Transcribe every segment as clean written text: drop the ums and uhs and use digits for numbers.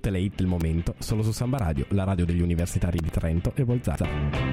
tutte le hit del momento, solo su Samba Radio, la radio degli universitari di Trento e Bolzano.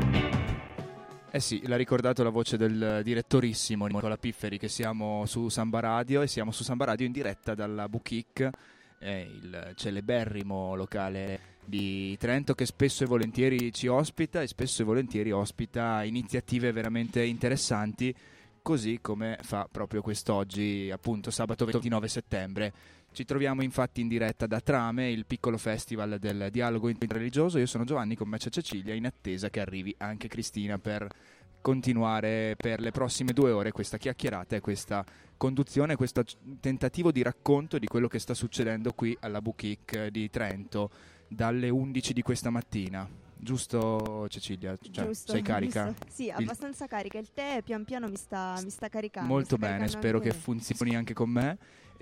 Eh sì, l'ha ricordato la voce del direttorissimo Nicola Pifferi, che siamo su Samba Radio, e siamo su Samba Radio in diretta dalla Bouquic, il celeberrimo locale di Trento, che spesso e volentieri ci ospita, e spesso e volentieri ospita iniziative veramente interessanti, così come fa proprio quest'oggi, appunto sabato 29 settembre. Ci troviamo infatti in diretta da Trame, il piccolo festival del dialogo interreligioso. Io sono Giovanni, con me c'è Cecilia, in attesa che arrivi anche Cristina per continuare per le prossime 2 ore questa chiacchierata e questa conduzione, questo tentativo di racconto di quello che sta succedendo qui alla Bouquic di Trento dalle 11 di questa mattina. Giusto, Cecilia? Cioè, Giusto, sei carica? giusto. Sì, abbastanza carica. Il tè pian piano mi sta caricando. Molto bene, spero che funzioni anche con me.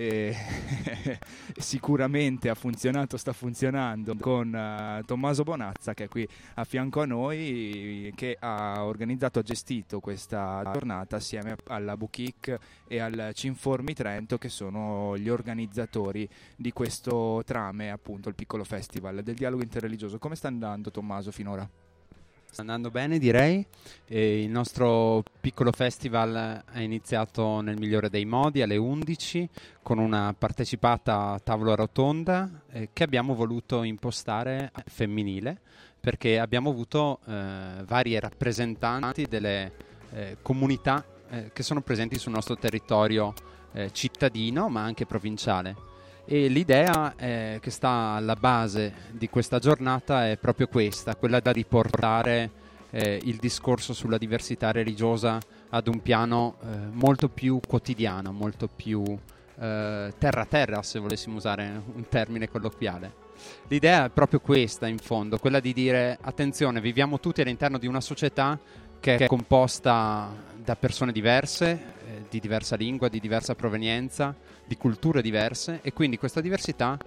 Sicuramente ha funzionato, sta funzionando con Tommaso Bonazza, che è qui a fianco a noi, che ha organizzato, ha gestito questa giornata assieme alla Bouquic e al Cinformi Trento, che sono gli organizzatori di questo Trame, appunto il piccolo festival del dialogo interreligioso. Come sta andando, Tommaso, finora? Sta andando bene, direi. Il nostro piccolo festival è iniziato nel migliore dei modi alle 11 con una partecipata tavola rotonda che abbiamo voluto impostare femminile, perché abbiamo avuto varie rappresentanti delle comunità che sono presenti sul nostro territorio cittadino ma anche provinciale. E l'idea che sta alla base di questa giornata è proprio questa, quella da riportare il discorso sulla diversità religiosa ad un piano molto più quotidiano, molto più terra-terra, se volessimo usare un termine colloquiale. L'idea è proprio questa, in fondo, quella di dire: attenzione, viviamo tutti all'interno di una società che è composta da persone diverse, di diversa lingua, di diversa provenienza, di culture diverse, e quindi questa diversità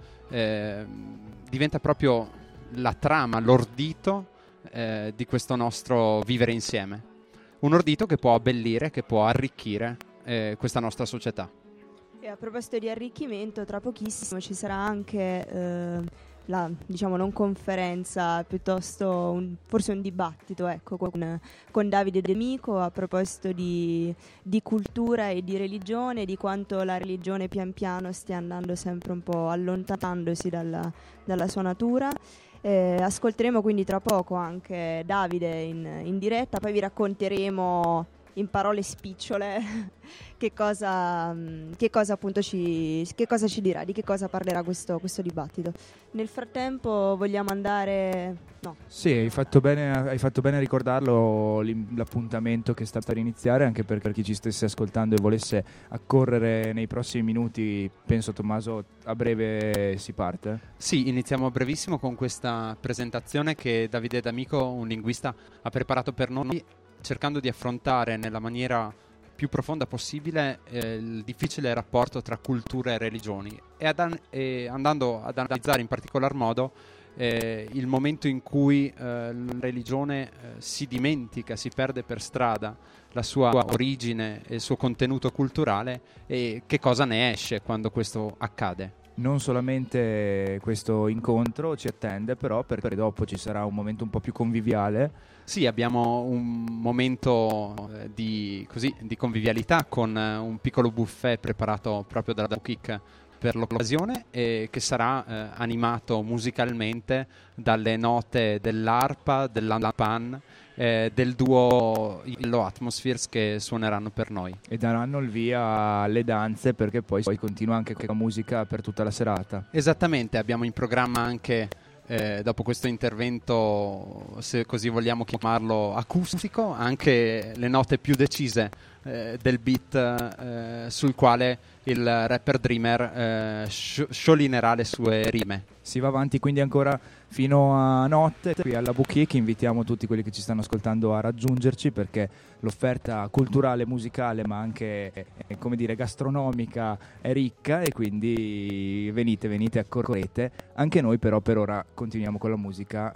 diventa proprio la trama, l'ordito di questo nostro vivere insieme. Un ordito che può abbellire, che può arricchire questa nostra società. E a proposito di arricchimento, tra pochissimo ci sarà anche la, diciamo, non conferenza, piuttosto forse un dibattito, ecco, con Davide D'Amico a proposito di cultura e di religione, di quanto la religione pian piano stia andando sempre un po' allontanandosi dalla sua natura. Ascolteremo quindi tra poco anche Davide in diretta, poi vi racconteremo in parole spicciole che cosa appunto ci dirà, di che cosa parlerà questo dibattito. Nel frattempo vogliamo andare... No. Sì, hai fatto bene a ricordarlo, l'appuntamento che sta per iniziare, anche per chi ci stesse ascoltando e volesse accorrere nei prossimi minuti. Penso, Tommaso, a breve si parte? Sì, iniziamo a brevissimo con questa presentazione che Davide D'Amico, un linguista, ha preparato per noi, cercando di affrontare nella maniera più profonda possibile il difficile rapporto tra cultura e religioni, e andando ad analizzare in particolar modo il momento in cui la religione si dimentica, si perde per strada la sua origine e il suo contenuto culturale, e che cosa ne esce quando questo accade. Non solamente questo incontro ci attende, però, perché dopo ci sarà un momento un po' più conviviale. Sì, abbiamo un momento di convivialità con un piccolo buffet preparato proprio dalla Bouquic per l'occasione, e che sarà animato musicalmente dalle note dell'arpa, dell'anpan, del duo Yellow Atmospheres, che suoneranno per noi e daranno il via alle danze, perché poi continua anche con la musica per tutta la serata. Esattamente, abbiamo in programma anche dopo questo intervento, se così vogliamo chiamarlo, acustico, anche le note più decise del beat sul quale il rapper Dreamer sciolinerà le sue rime. Si va avanti quindi ancora fino a notte qui alla Bouquic. Invitiamo tutti quelli che ci stanno ascoltando a raggiungerci, perché l'offerta culturale, musicale, ma anche come dire gastronomica è ricca, e quindi venite, accorrete. Anche noi però per ora continuiamo con la musica.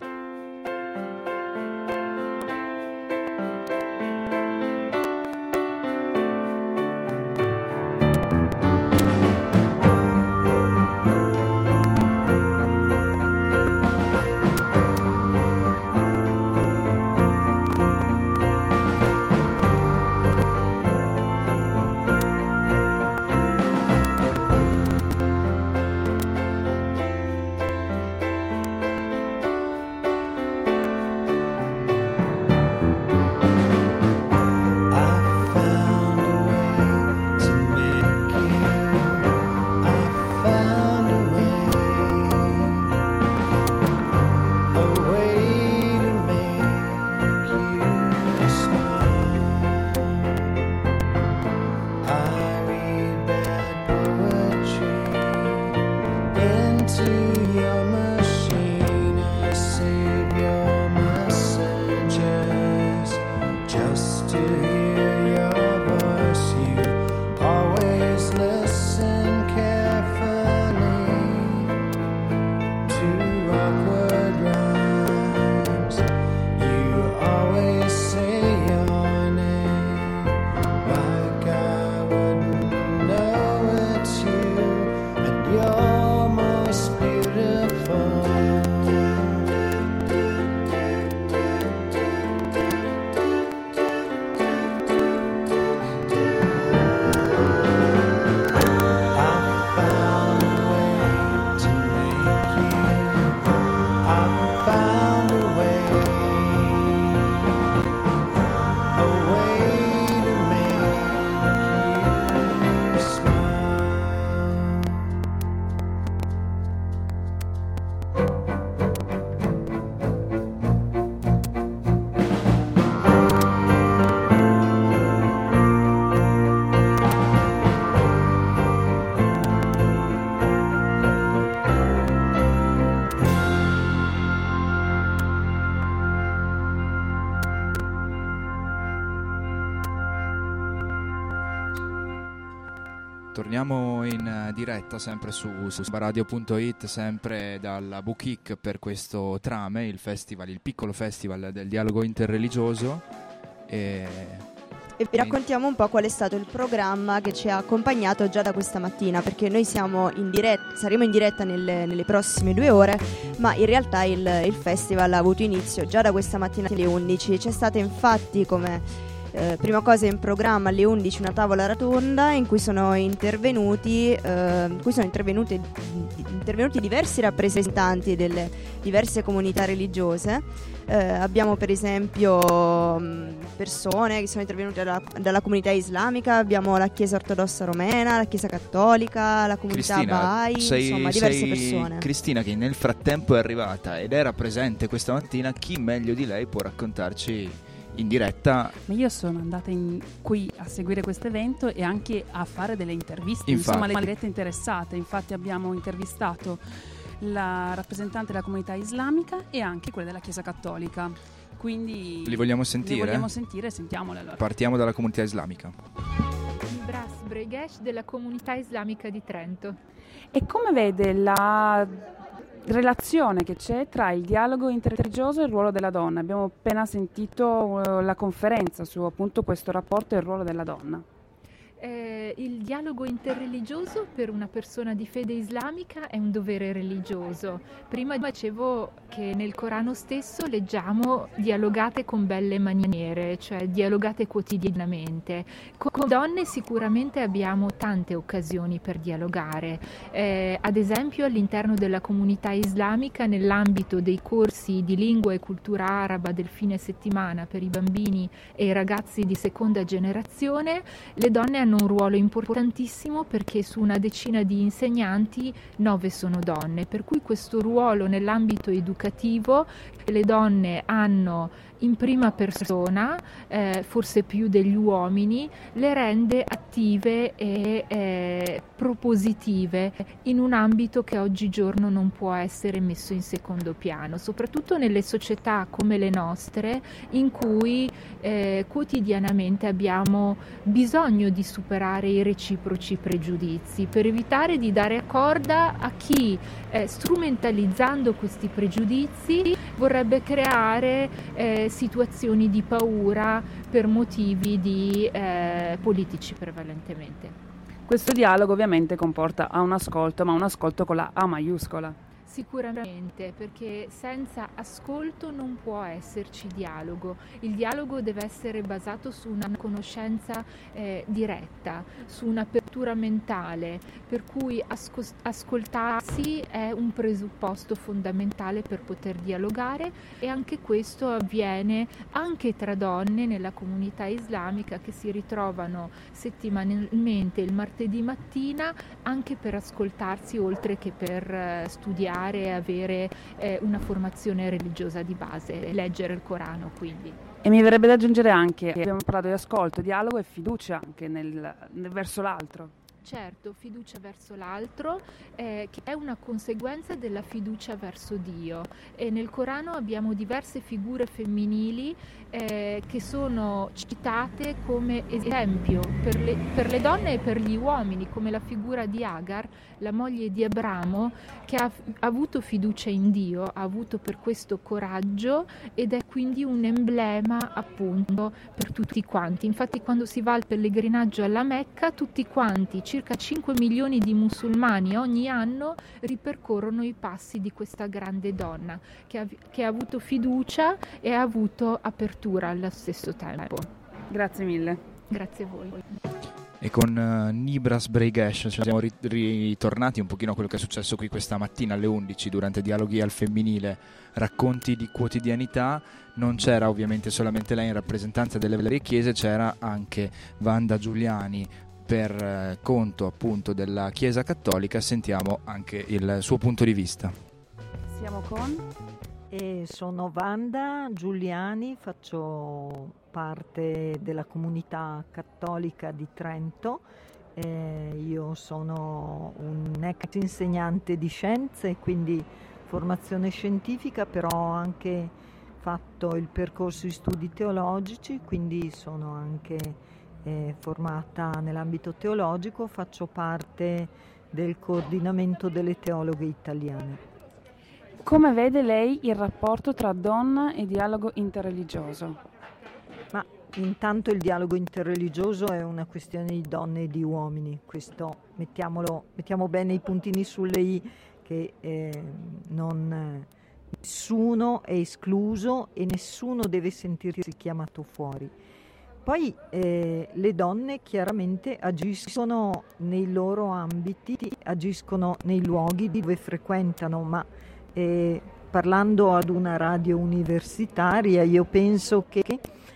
Torniamo in diretta sempre su radio.it, sempre dalla Bukik per questo Trame, il festival, il piccolo festival del dialogo interreligioso. E vi raccontiamo un po' qual è stato il programma che ci ha accompagnato già da questa mattina, perché noi saremo in diretta nelle prossime 2 ore, ma in realtà il festival ha avuto inizio già da questa mattina alle 11. C'è stata infatti come prima cosa in programma alle 11 una tavola rotonda in cui sono intervenuti diversi rappresentanti delle diverse comunità religiose. Abbiamo per esempio persone che sono intervenute dalla comunità islamica, abbiamo la Chiesa ortodossa romena, la Chiesa cattolica, la comunità Bahá'í, insomma diverse persone. Cristina, che nel frattempo è arrivata ed era presente questa mattina, chi meglio di lei può raccontarci in diretta? Ma io sono andata qui a seguire questo evento e anche a fare delle interviste, insomma le dirette interessate. Infatti abbiamo intervistato la rappresentante della comunità islamica e anche quella della Chiesa cattolica. Quindi li vogliamo sentire? Li vogliamo sentire, sentiamole allora. Partiamo dalla comunità islamica. Nibras Breigesh della comunità islamica di Trento. E come vede la relazione che c'è tra il dialogo interreligioso e il ruolo della donna? Abbiamo appena sentito la conferenza su appunto questo rapporto e il ruolo della donna. Il dialogo interreligioso per una persona di fede islamica è un dovere religioso. Prima dicevo che nel Corano stesso leggiamo dialogate con belle maniere, cioè dialogate quotidianamente. Come donne sicuramente abbiamo tante occasioni per dialogare. Ad esempio all'interno della comunità islamica, nell'ambito dei corsi di lingua e cultura araba del fine settimana per i bambini e i ragazzi di seconda generazione, le donne hanno un ruolo importantissimo perché su una decina di insegnanti 9 sono donne, per cui questo ruolo nell'ambito educativo le donne hanno in prima persona, forse più degli uomini, le rende attive e propositive in un ambito che oggigiorno non può essere messo in secondo piano, soprattutto nelle società come le nostre in cui quotidianamente abbiamo bisogno di superare i reciproci pregiudizi per evitare di dare corda a chi strumentalizzando questi pregiudizi vorrebbe creare situazioni di paura per motivi politici prevalentemente. Questo dialogo ovviamente comporta un ascolto, ma un ascolto con la A maiuscola. Sicuramente, perché senza ascolto non può esserci dialogo. Il dialogo deve essere basato su una conoscenza diretta, su un'apertura mentale, per cui ascoltarsi è un presupposto fondamentale per poter dialogare, e anche questo avviene anche tra donne nella comunità islamica che si ritrovano settimanalmente il martedì mattina anche per ascoltarsi oltre che per studiare e avere una formazione religiosa di base, leggere il Corano quindi. E mi verrebbe da aggiungere anche, abbiamo parlato di ascolto, dialogo e fiducia anche verso l'altro. Certo, fiducia verso l'altro, che è una conseguenza della fiducia verso Dio. E nel Corano abbiamo diverse figure femminili che sono citate come esempio per le donne e per gli uomini, come la figura di Agar, la moglie di Abramo, che ha avuto fiducia in Dio, ha avuto per questo coraggio ed è quindi un emblema appunto per tutti quanti. Infatti quando si va al pellegrinaggio alla Mecca, tutti quanti, circa 5 milioni di musulmani ogni anno ripercorrono i passi di questa grande donna che ha avuto fiducia e ha avuto apertura allo stesso tempo. Grazie mille. Grazie a voi. E con Nibras Breigesh siamo ritornati un pochino a quello che è successo qui questa mattina alle 11 durante Dialoghi al femminile, racconti di quotidianità. Non c'era ovviamente solamente lei in rappresentanza delle varie chiese, c'era anche Wanda Giuliani per conto appunto della Chiesa Cattolica. Sentiamo anche il suo punto di vista. Siamo con? Sono Wanda Giuliani, faccio parte della comunità cattolica di Trento. Io sono un ex insegnante di scienze, quindi formazione scientifica, però ho anche fatto il percorso di studi teologici, quindi sono anche formata nell'ambito teologico, faccio parte del coordinamento delle teologhe italiane. Come vede lei il rapporto tra donna e dialogo interreligioso? Ma intanto il dialogo interreligioso è una questione di donne e di uomini, questo mettiamo bene i puntini sulle i, che nessuno è escluso e nessuno deve sentirsi chiamato fuori. Poi le donne chiaramente agiscono nei loro ambiti, agiscono nei luoghi dove frequentano, ma parlando ad una radio universitaria io penso che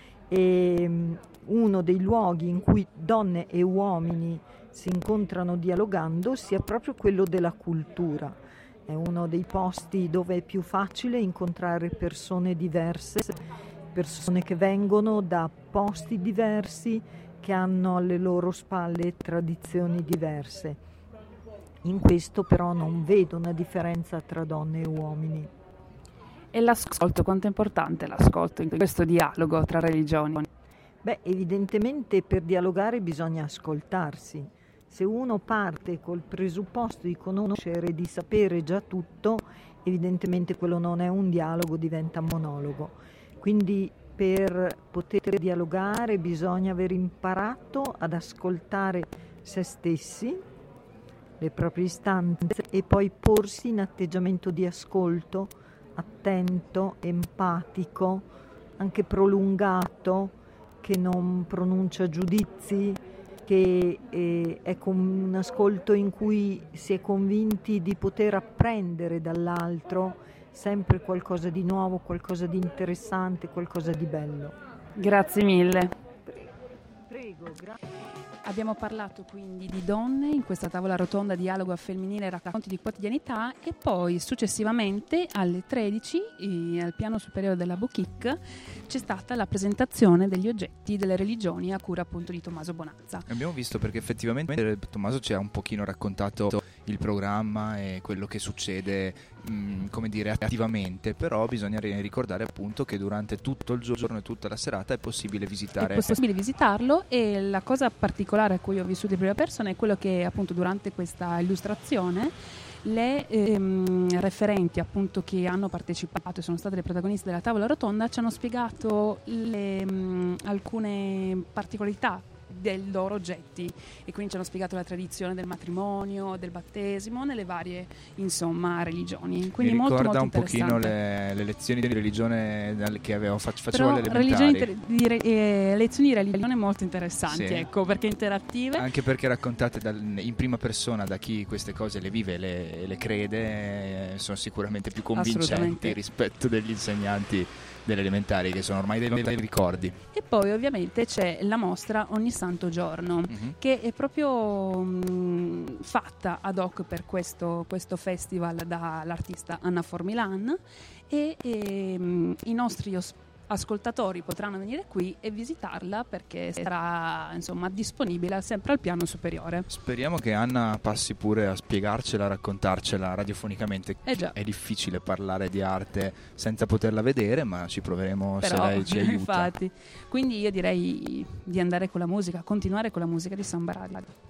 uno dei luoghi in cui donne e uomini si incontrano dialogando sia proprio quello della cultura. È uno dei posti dove è più facile incontrare persone diverse, persone che vengono da posti diversi, che hanno alle loro spalle tradizioni diverse. In questo però non vedo una differenza tra donne e uomini. E l'ascolto, quanto è importante l'ascolto in questo dialogo tra religioni? Beh, evidentemente per dialogare bisogna ascoltarsi. Se uno parte col presupposto di conoscere, di sapere già tutto, evidentemente quello non è un dialogo, diventa monologo. Quindi per poter dialogare bisogna aver imparato ad ascoltare se stessi, le proprie istanze, e poi porsi in atteggiamento di ascolto, attento, empatico, anche prolungato, che non pronuncia giudizi, che è con un ascolto in cui si è convinti di poter apprendere dall'altro sempre qualcosa di nuovo, qualcosa di interessante, qualcosa di bello. Grazie mille. Prego, grazie. Abbiamo parlato quindi di donne in questa tavola rotonda, dialogo femminile e racconti di quotidianità, e poi successivamente alle 13 al piano superiore della Bouquique c'è stata la presentazione degli oggetti delle religioni a cura appunto di Tommaso Bonazza. Abbiamo visto perché effettivamente Tommaso ci ha un pochino raccontato il programma e quello che succede come dire attivamente, però bisogna ricordare appunto che durante tutto il giorno e tutta la serata è possibile visitarlo, e la cosa particolare a cui ho vissuto in prima persona è quello che appunto durante questa illustrazione le referenti appunto che hanno partecipato e sono state le protagoniste della tavola rotonda ci hanno spiegato alcune particolarità dei loro oggetti, e quindi ci hanno spiegato la tradizione del matrimonio, del battesimo nelle varie insomma religioni. Quindi mi ricorda molto un pochino le lezioni di religione che facevo alle elementari. Lezioni di religione molto interessanti, sì. Ecco, perché interattive, anche perché raccontate in prima persona da chi queste cose le vive e le crede, sono sicuramente più convincenti rispetto degli insegnanti delle elementari, che sono ormai dei ricordi. E poi ovviamente c'è la mostra Ogni Santo Giorno, che è proprio fatta ad hoc per questo festival dall'artista Anna Formilan, e i nostri ascoltatori potranno venire qui e visitarla perché sarà insomma disponibile sempre al piano superiore. Speriamo che Anna passi pure a spiegarcela, a raccontarcela radiofonicamente. Già. È difficile parlare di arte senza poterla vedere, ma ci proveremo. Però, se lei ci aiuta. Infatti. Quindi io direi di andare con la musica, continuare con la musica di Samba Radio.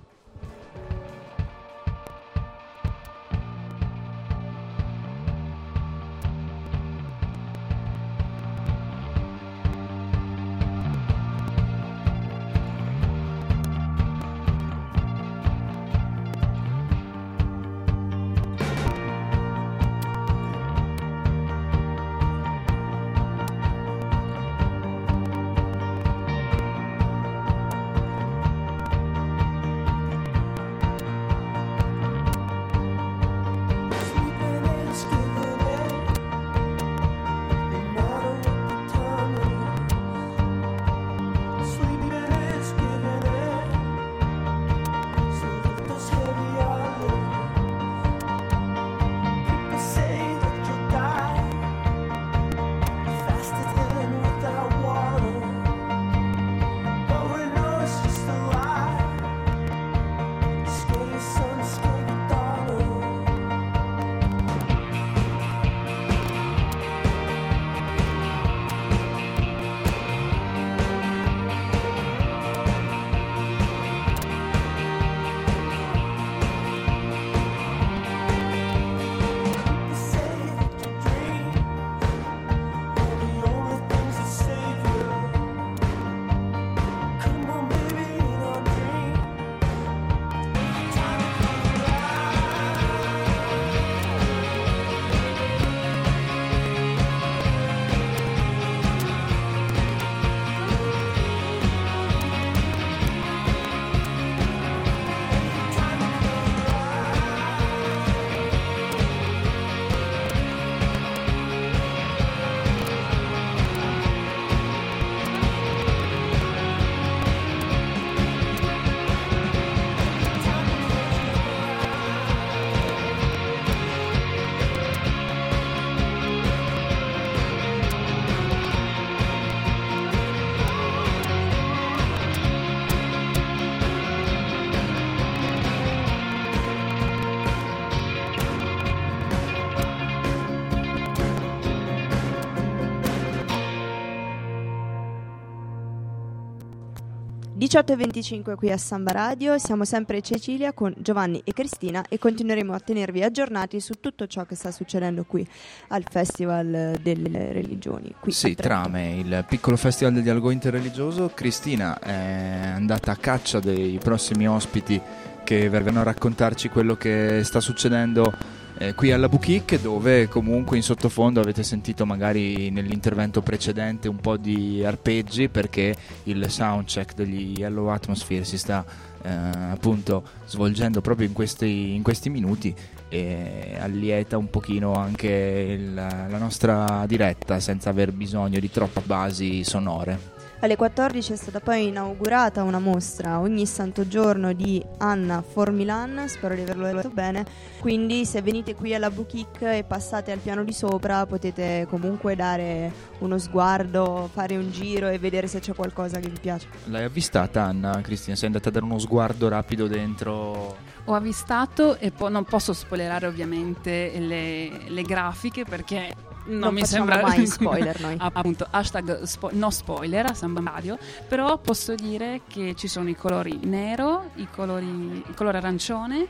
18:25 qui a Samba Radio, siamo sempre Cecilia con Giovanni e Cristina e continueremo a tenervi aggiornati su tutto ciò che sta succedendo qui al Festival delle Religioni. Qui sì, Trame, il piccolo festival del dialogo interreligioso. Cristina è andata a caccia dei prossimi ospiti che verranno a raccontarci quello che sta succedendo qui alla Bouquic, dove comunque in sottofondo avete sentito magari nell'intervento precedente un po' di arpeggi, perché il soundcheck degli Yellow Atmosphere si sta appunto svolgendo proprio in questi minuti, e allieta un pochino anche la nostra diretta senza aver bisogno di troppe basi sonore. Alle 14 è stata poi inaugurata una mostra ogni santo giorno di Anna Formilan, spero di averlo detto bene, quindi se venite qui alla Bouquic e passate al piano di sopra potete comunque dare uno sguardo, fare un giro e vedere se c'è qualcosa che vi piace. L'hai avvistata, Anna, Cristina? Sei andata a dare uno sguardo rapido dentro? Ho avvistato e poi non posso spoilerare ovviamente le grafiche, perché non mi sembra mai spoiler noi. Appunto, hashtag no spoiler a Samba Radio, però posso dire che ci sono i colori nero, il colore arancione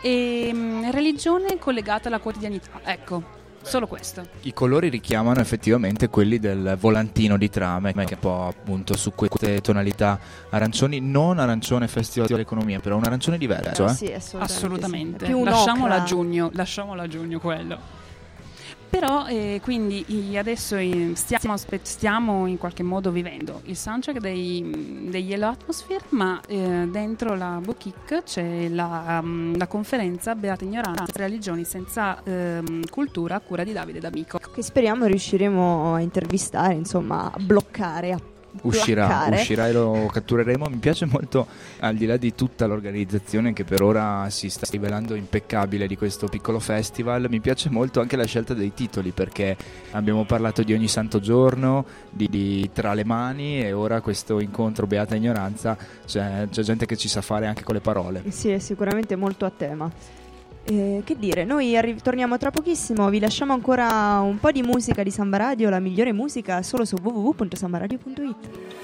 e religione collegata alla quotidianità. Ecco, solo questo. I colori richiamano effettivamente quelli del volantino di Trame, che è un po' appunto su queste tonalità arancioni, non arancione Festival dell'Economia, però un arancione diverso. Sì, assolutamente. Sì. Lasciamola a giugno quello. Però quindi adesso stiamo in qualche modo vivendo il soundtrack dei Yellow Atmosphere, ma dentro la Bouquic c'è la conferenza Beata Ignoranza, religioni senza cultura, a cura di Davide D'Amico, che speriamo riusciremo a intervistare, insomma a bloccare, uscirà e lo cattureremo. Mi piace molto, al di là di tutta l'organizzazione che per ora si sta rivelando impeccabile di questo piccolo festival, mi piace molto anche la scelta dei titoli, perché abbiamo parlato di ogni santo giorno, di Tra le mani, e ora questo incontro Beata Ignoranza. C'è gente che ci sa fare anche con le parole. Sì, è sicuramente molto a tema. Che dire, noi torniamo tra pochissimo, vi lasciamo ancora un po' di musica di Samba Radio, la migliore musica solo su www.sambaradio.it.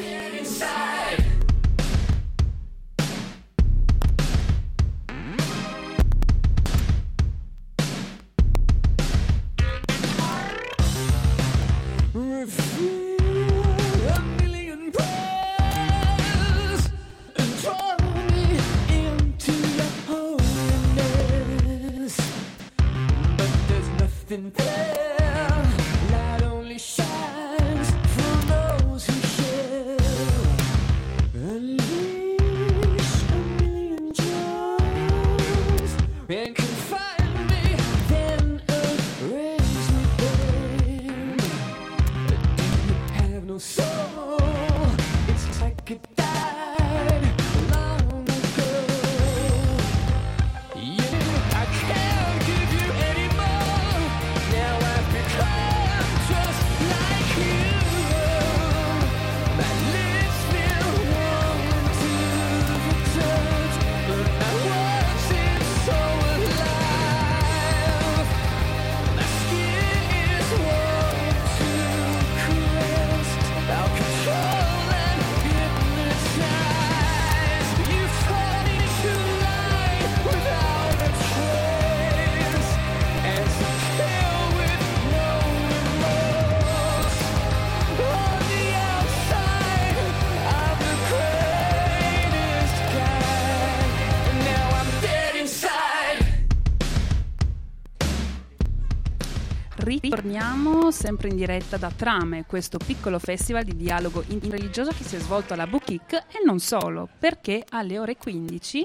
Ritorniamo sempre in diretta da Trame, questo piccolo festival di dialogo interreligioso che si è svolto alla Bouquic, e non solo, perché alle ore 15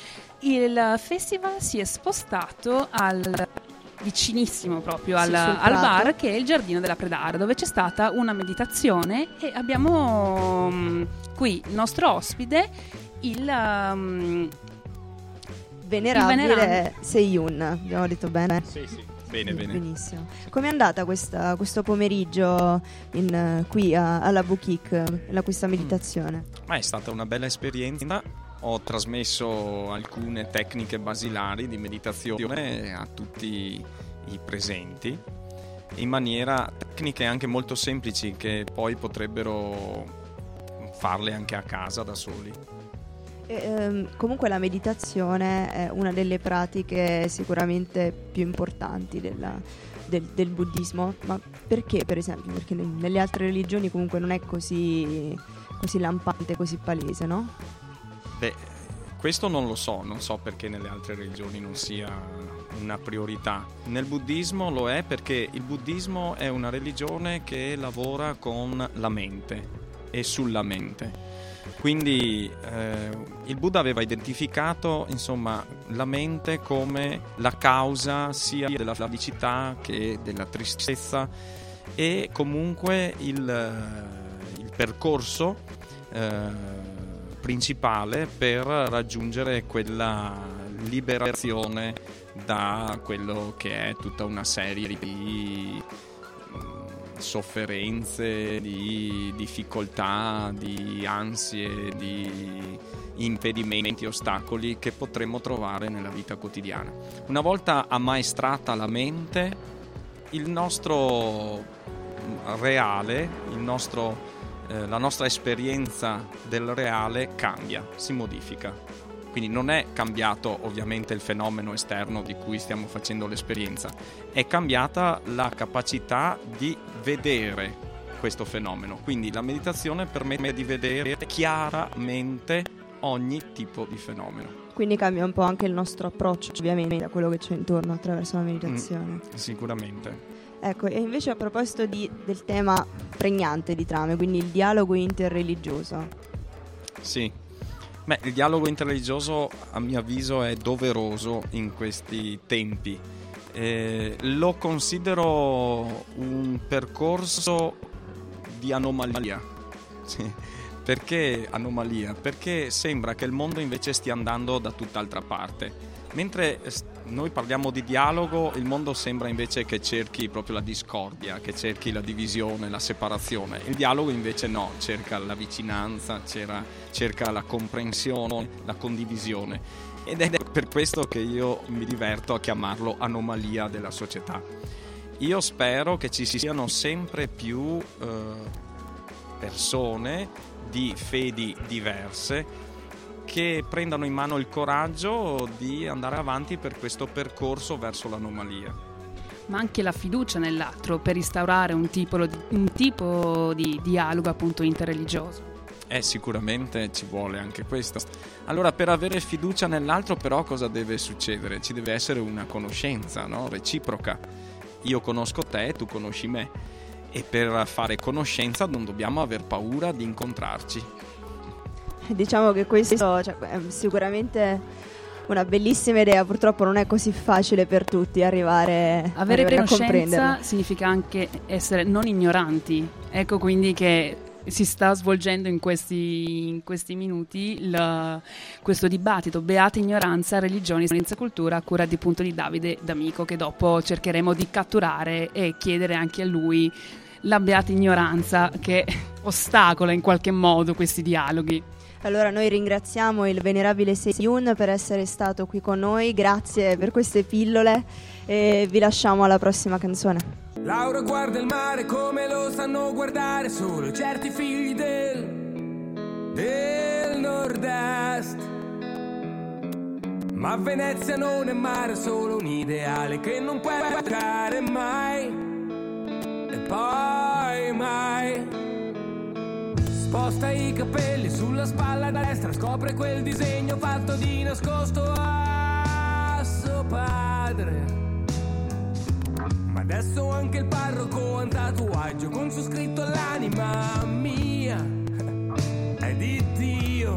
il festival si è spostato vicinissimo proprio al bar, che è il Giardino della Predara, dove c'è stata una meditazione, e abbiamo qui il nostro ospite, il venerabile Seiyun. Abbiamo detto bene? Sì. Bene. Benissimo. Com'è andata questo pomeriggio qui alla Bouquic, questa meditazione? È stata una bella esperienza. Ho trasmesso alcune tecniche basilari di meditazione a tutti i presenti, in maniera tecniche anche molto semplici, che poi potrebbero farle anche a casa da soli. Comunque la meditazione è una delle pratiche sicuramente più importanti del buddismo, ma perché, per esempio? Perché nelle altre religioni comunque non è così lampante, così palese, no? Beh, questo non so perché nelle altre religioni non sia una priorità. Nel buddismo lo è, perché il buddismo è una religione che lavora con la mente e sulla mente. Quindi il Buddha aveva identificato, insomma, la mente come la causa sia della felicità che della tristezza, e comunque il percorso principale per raggiungere quella liberazione da quello che è tutta una serie di sofferenze, di difficoltà, di ansie, di impedimenti, ostacoli che potremmo trovare nella vita quotidiana. Una volta ammaestrata la mente, il nostro reale, la nostra esperienza del reale cambia, si modifica. Quindi non è cambiato ovviamente il fenomeno esterno di cui stiamo facendo l'esperienza, è cambiata la capacità di vedere questo fenomeno. Quindi la meditazione permette di vedere chiaramente ogni tipo di fenomeno. Quindi cambia un po' anche il nostro approccio, ovviamente, a quello che c'è intorno attraverso la meditazione. Sicuramente. Ecco, e invece a proposito del tema pregnante di Trame, quindi il dialogo interreligioso. Sì. Beh, il dialogo interreligioso a mio avviso è doveroso in questi tempi. Lo considero un percorso di anomalia. Sì. Perché anomalia? Perché sembra che il mondo invece stia andando da tutt'altra parte. Mentre noi parliamo di dialogo, il mondo sembra invece che cerchi proprio la discordia, che cerchi la divisione, la separazione. Il dialogo invece no, cerca la vicinanza, cerca la comprensione, la condivisione. Ed è per questo che io mi diverto a chiamarlo anomalia della società. Io spero che ci siano sempre più persone di fedi diverse che prendano in mano il coraggio di andare avanti per questo percorso verso l'anomalia. Ma anche la fiducia nell'altro per instaurare un tipo di dialogo appunto interreligioso. Sicuramente ci vuole anche questo. Allora, per avere fiducia nell'altro però cosa deve succedere? Ci deve essere una conoscenza, no? Reciproca. Io conosco te, tu conosci me. E per fare conoscenza non dobbiamo aver paura di incontrarci. Diciamo che questo è sicuramente una bellissima idea, purtroppo non è così facile per tutti avere a comprenderlo. Significa anche essere non ignoranti, ecco, quindi che si sta svolgendo in questi minuti questo dibattito beata ignoranza, religioni senza cultura, a cura di Punto di Davide D'Amico, che dopo cercheremo di catturare e chiedere anche a lui la beata ignoranza che ostacola in qualche modo questi dialoghi. Allora noi ringraziamo il venerabile Seiyun per essere stato qui con noi, grazie per queste pillole e vi lasciamo alla prossima canzone. Laura guarda il mare come lo sanno guardare solo certi figli del nord-est. Ma Venezia non è mare, è solo un ideale che non puoi toccare mai. E poi mai. Sposta i capelli sulla spalla destra, scopre quel disegno fatto di nascosto a suo padre. Ma adesso anche il parroco ha un tatuaggio con su scritto l'anima mia è di Dio.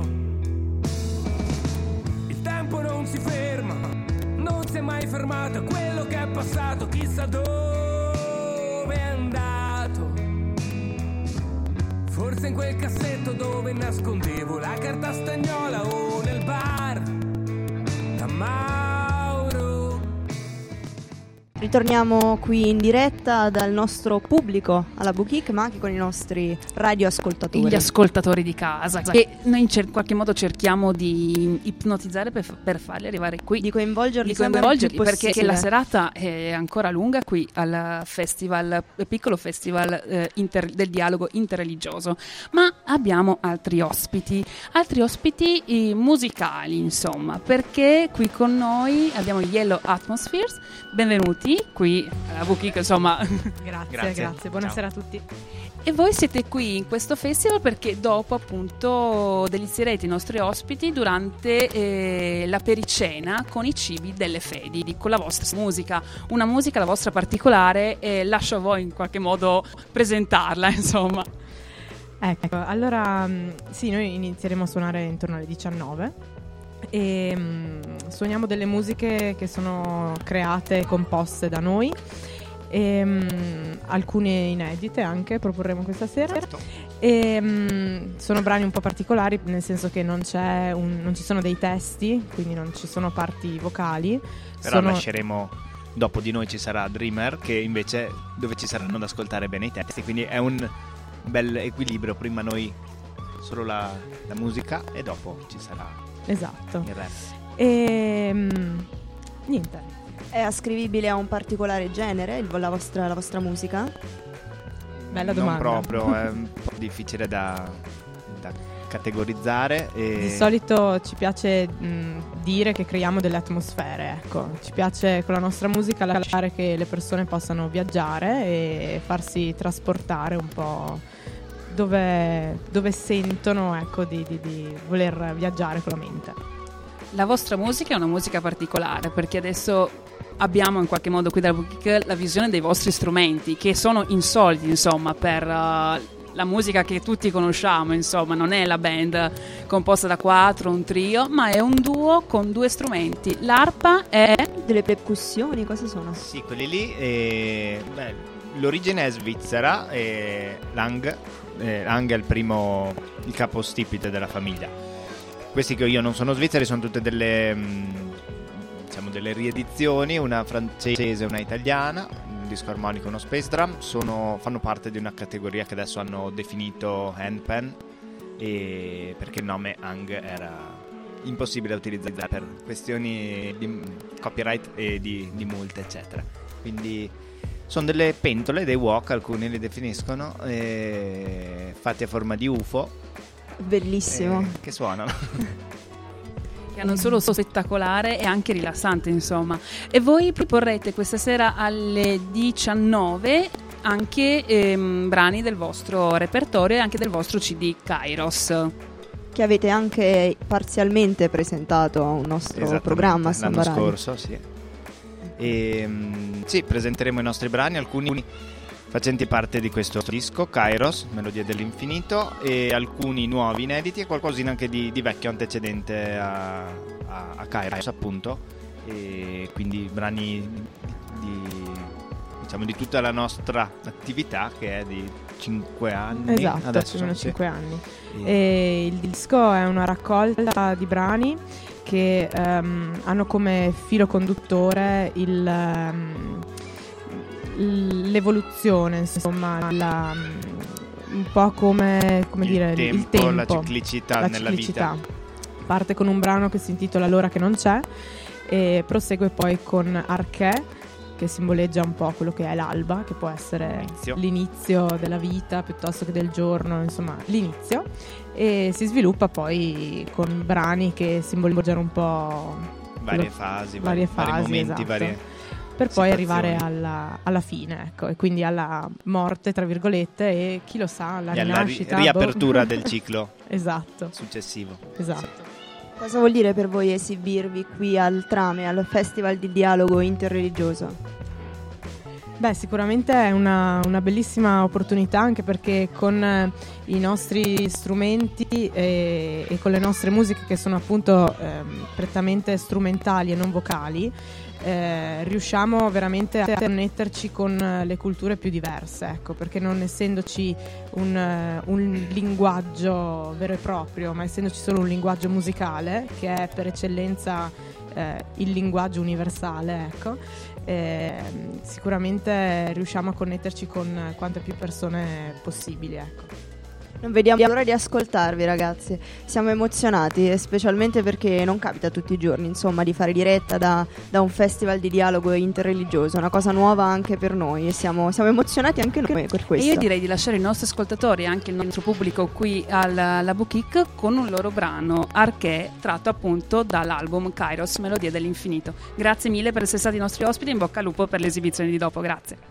Il tempo non si ferma, non si è mai fermato, quello che è passato chissà dove è andato. Forse in quel cassetto dove nascondevo la carta stagnola o nel bar da Mauro. Ritorniamo qui in diretta dal nostro pubblico alla Bouquic, ma anche con i nostri radioascoltatori. Gli ascoltatori di casa, che noi in qualche modo cerchiamo di ipnotizzare per farli arrivare qui. Di coinvolgerli perché la serata è ancora lunga qui al festival, piccolo festival del dialogo interreligioso. Ma abbiamo altri ospiti musicali, insomma, perché qui con noi abbiamo Yellow Atmospheres. Benvenuti qui alla Bouquic, insomma. Grazie. Buonasera a tutti. E voi siete qui in questo festival perché dopo appunto delizierete i nostri ospiti durante la pericena con i cibi delle fedi, con la vostra musica, una musica la vostra particolare, e lascio a voi in qualche modo presentarla, insomma. Ecco, allora sì, noi inizieremo a suonare intorno alle 19 e suoniamo delle musiche che sono create e composte da noi, e alcune inedite anche proporremo questa sera. Certo. E sono brani un po' particolari, nel senso che non ci sono dei testi, quindi non ci sono parti vocali. Però lasceremo, dopo di noi ci sarà Dreamer, che invece dove ci saranno ad ascoltare bene i testi, quindi è un bel equilibrio, prima noi solo la musica e dopo ci sarà esatto il rap. E niente. È ascrivibile a un particolare genere la vostra musica? Bella domanda. Non proprio, è un po' difficile da categorizzare. Di solito ci piace dire che creiamo delle atmosfere, ecco. Ci piace con la nostra musica lasciare che le persone possano viaggiare e farsi trasportare un po' dove sentono, ecco, di voler viaggiare con la mente. La vostra musica è una musica particolare perché adesso abbiamo in qualche modo qui dalla Bouquic la visione dei vostri strumenti, che sono insoliti, insomma, per la musica che tutti conosciamo, insomma. Non è la band composta da 4, un trio, ma è un duo con 2 strumenti. L'arpa è delle percussioni, cosa sono? Sì, quelli lì l'origine è svizzera, Lang è il capostipite della famiglia. Questi che io non sono svizzeri, sono tutte delle riedizioni, una francese e una italiana, un disco armonico e uno space drum. Fanno parte di una categoria che adesso hanno definito handpan, perché il nome Hang era impossibile da utilizzare per questioni di copyright e di multe, eccetera. Quindi sono delle pentole, dei wok, alcuni li definiscono, fatti a forma di UFO. Bellissimo. Che suonano. Che hanno solo spettacolare e anche rilassante, insomma. E voi proporrete questa sera alle 19 anche brani del vostro repertorio e anche del vostro CD Kairos, che avete anche parzialmente presentato a un nostro programma l'anno scorso, sì. Sì, presenteremo i nostri brani, alcuni facenti parte di questo disco Kairos, Melodie dell'infinito, e alcuni nuovi inediti e qualcosina anche di vecchio antecedente a Kairos, appunto, e quindi brani di tutta la nostra attività, che è di 5 anni. Esatto, adesso sono 5 anni. E il disco è una raccolta di brani che hanno come filo conduttore l'evoluzione, insomma, un po' come dire il tempo, la ciclicità nella vita. Parte con un brano che si intitola L'ora che non c'è e prosegue poi con Arché, che simboleggia un po' quello che è l'alba, che può essere l'inizio della vita piuttosto che del giorno, insomma l'inizio, e si sviluppa poi con brani che simboleggiano un po' varie fasi, vari momenti, esatto, per poi arrivare alla fine, ecco, e quindi alla morte, tra virgolette, e chi lo sa, alla rinascita, riapertura del ciclo esatto, successivo. Esatto. Cosa vuol dire per voi esibirvi qui al Trame, al Festival di Dialogo Interreligioso? Beh, sicuramente è una bellissima opportunità, anche perché con i nostri strumenti e con le nostre musiche, che sono appunto prettamente strumentali e non vocali, riusciamo veramente a connetterci con le culture più diverse, ecco, perché non essendoci un linguaggio vero e proprio, ma essendoci solo un linguaggio musicale, che è per eccellenza il linguaggio universale, ecco. Sicuramente riusciamo a connetterci con quante più persone possibili, ecco. Non vediamo l'ora di ascoltarvi, ragazzi. Siamo emozionati, specialmente perché non capita tutti i giorni, insomma, di fare diretta da un festival di dialogo interreligioso, una cosa nuova anche per noi, e siamo emozionati anche noi per questo. E io direi di lasciare i nostri ascoltatori e anche il nostro pubblico qui alla Bouquic con un loro brano, Arché, tratto appunto dall'album Kairos, Melodie dell'infinito. Grazie mille per essere stati i nostri ospiti, in bocca al lupo per le esibizioni di dopo. Grazie.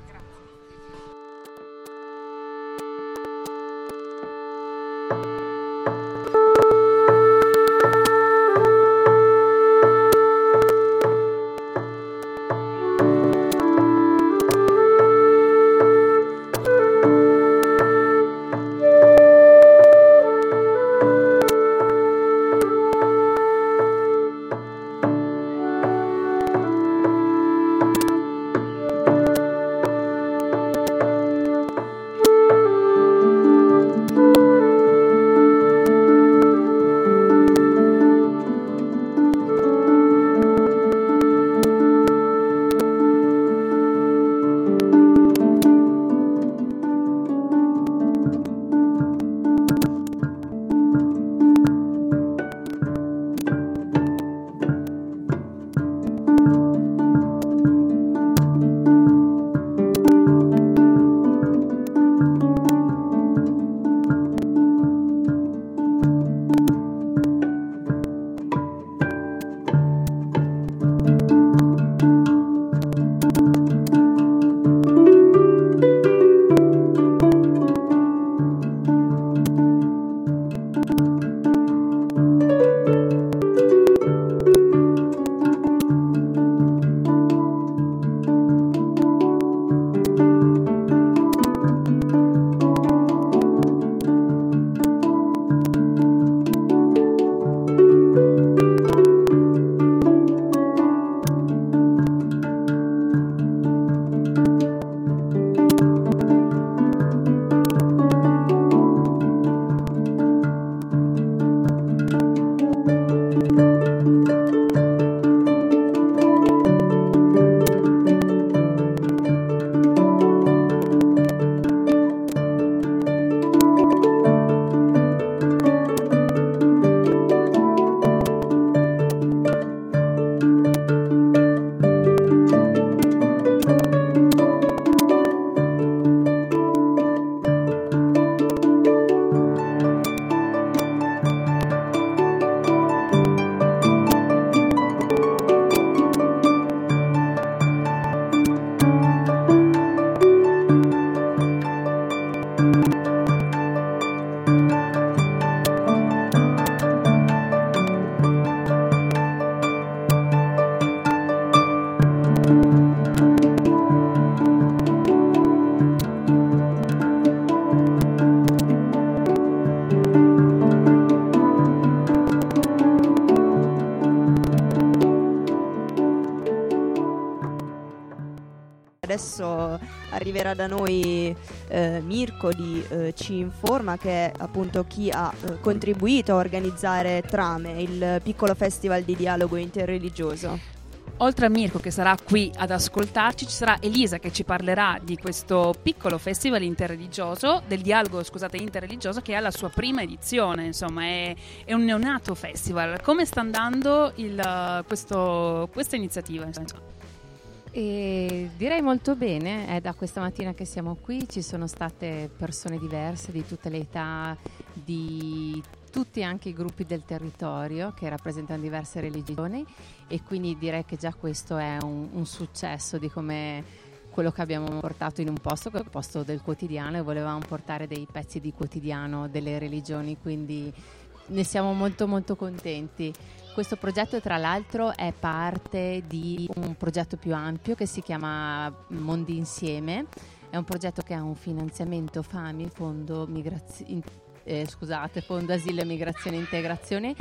Adesso arriverà da noi Mirko di Ci Informa, che è appunto chi ha contribuito a organizzare Trame, il piccolo festival di dialogo interreligioso. Oltre a Mirko che sarà qui ad ascoltarci, ci sarà Elisa che ci parlerà di questo piccolo festival interreligioso, del dialogo interreligioso, che è la sua prima edizione, insomma è un neonato festival. Come sta andando questa iniziativa? E direi molto bene, è da questa mattina che siamo qui, ci sono state persone diverse di tutte le età, di tutti anche i gruppi del territorio che rappresentano diverse religioni, e quindi direi che già questo è un successo di come quello che abbiamo portato in un posto, che è il posto del quotidiano, e volevamo portare dei pezzi di quotidiano delle religioni, quindi ne siamo molto molto contenti. Questo progetto tra l'altro è parte di un progetto più ampio che si chiama Mondi Insieme, è un progetto che ha un finanziamento FAMI, Fondo Asilo e Migrazione e Integrazione,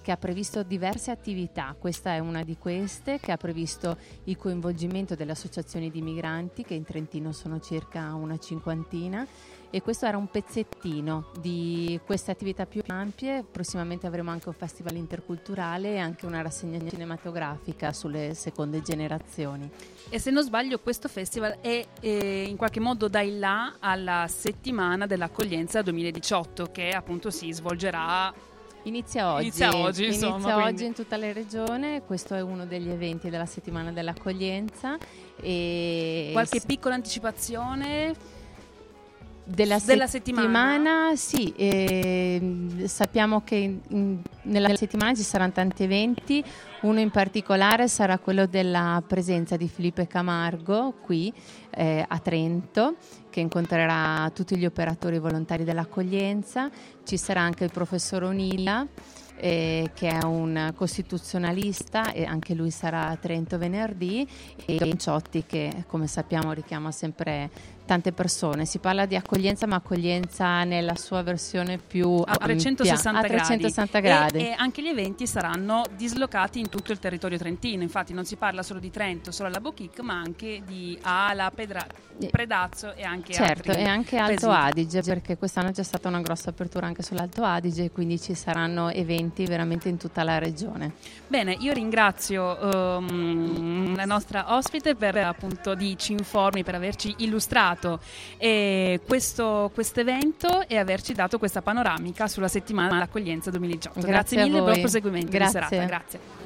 che ha previsto diverse attività. Questa è una di queste, che ha previsto il coinvolgimento delle associazioni di migranti, che in Trentino sono circa una cinquantina, e questo era un pezzettino di queste attività più ampie. Prossimamente avremo anche un festival interculturale e anche una rassegna cinematografica sulle seconde generazioni. E se non sbaglio questo festival è in qualche modo dai là alla settimana dell'accoglienza 2018, che appunto si svolgerà Inizia oggi insomma, oggi in tutta la regione. Questo è uno degli eventi della settimana dell'accoglienza. E qualche piccola anticipazione della settimana? Sì, sappiamo che nella settimana ci saranno tanti eventi. Uno in particolare sarà quello della presenza di Felipe Camargo qui a Trento, che incontrerà tutti gli operatori volontari dell'accoglienza. Ci sarà anche il professor Onilla, che è un costituzionalista, e anche lui sarà a Trento venerdì, e Inciotti, che come sappiamo richiama sempre tante persone. Si parla di accoglienza, ma accoglienza nella sua versione più a 360 ampia, gradi. 360 gradi. E anche gli eventi saranno dislocati in tutto il territorio trentino. Infatti non si parla solo di Trento, solo alla Bouquic, ma anche di Ala, Predazzo e anche certo, altri e anche Alto paesini. Adige, perché quest'anno c'è stata una grossa apertura anche sull'Alto Adige, quindi ci saranno eventi veramente in tutta la regione. Bene, io ringrazio la nostra ospite per appunto di Ci Informi, per averci illustrato questo evento e averci dato questa panoramica sulla settimana dell'accoglienza 2018. Grazie mille, buon proseguimento di serata. Grazie.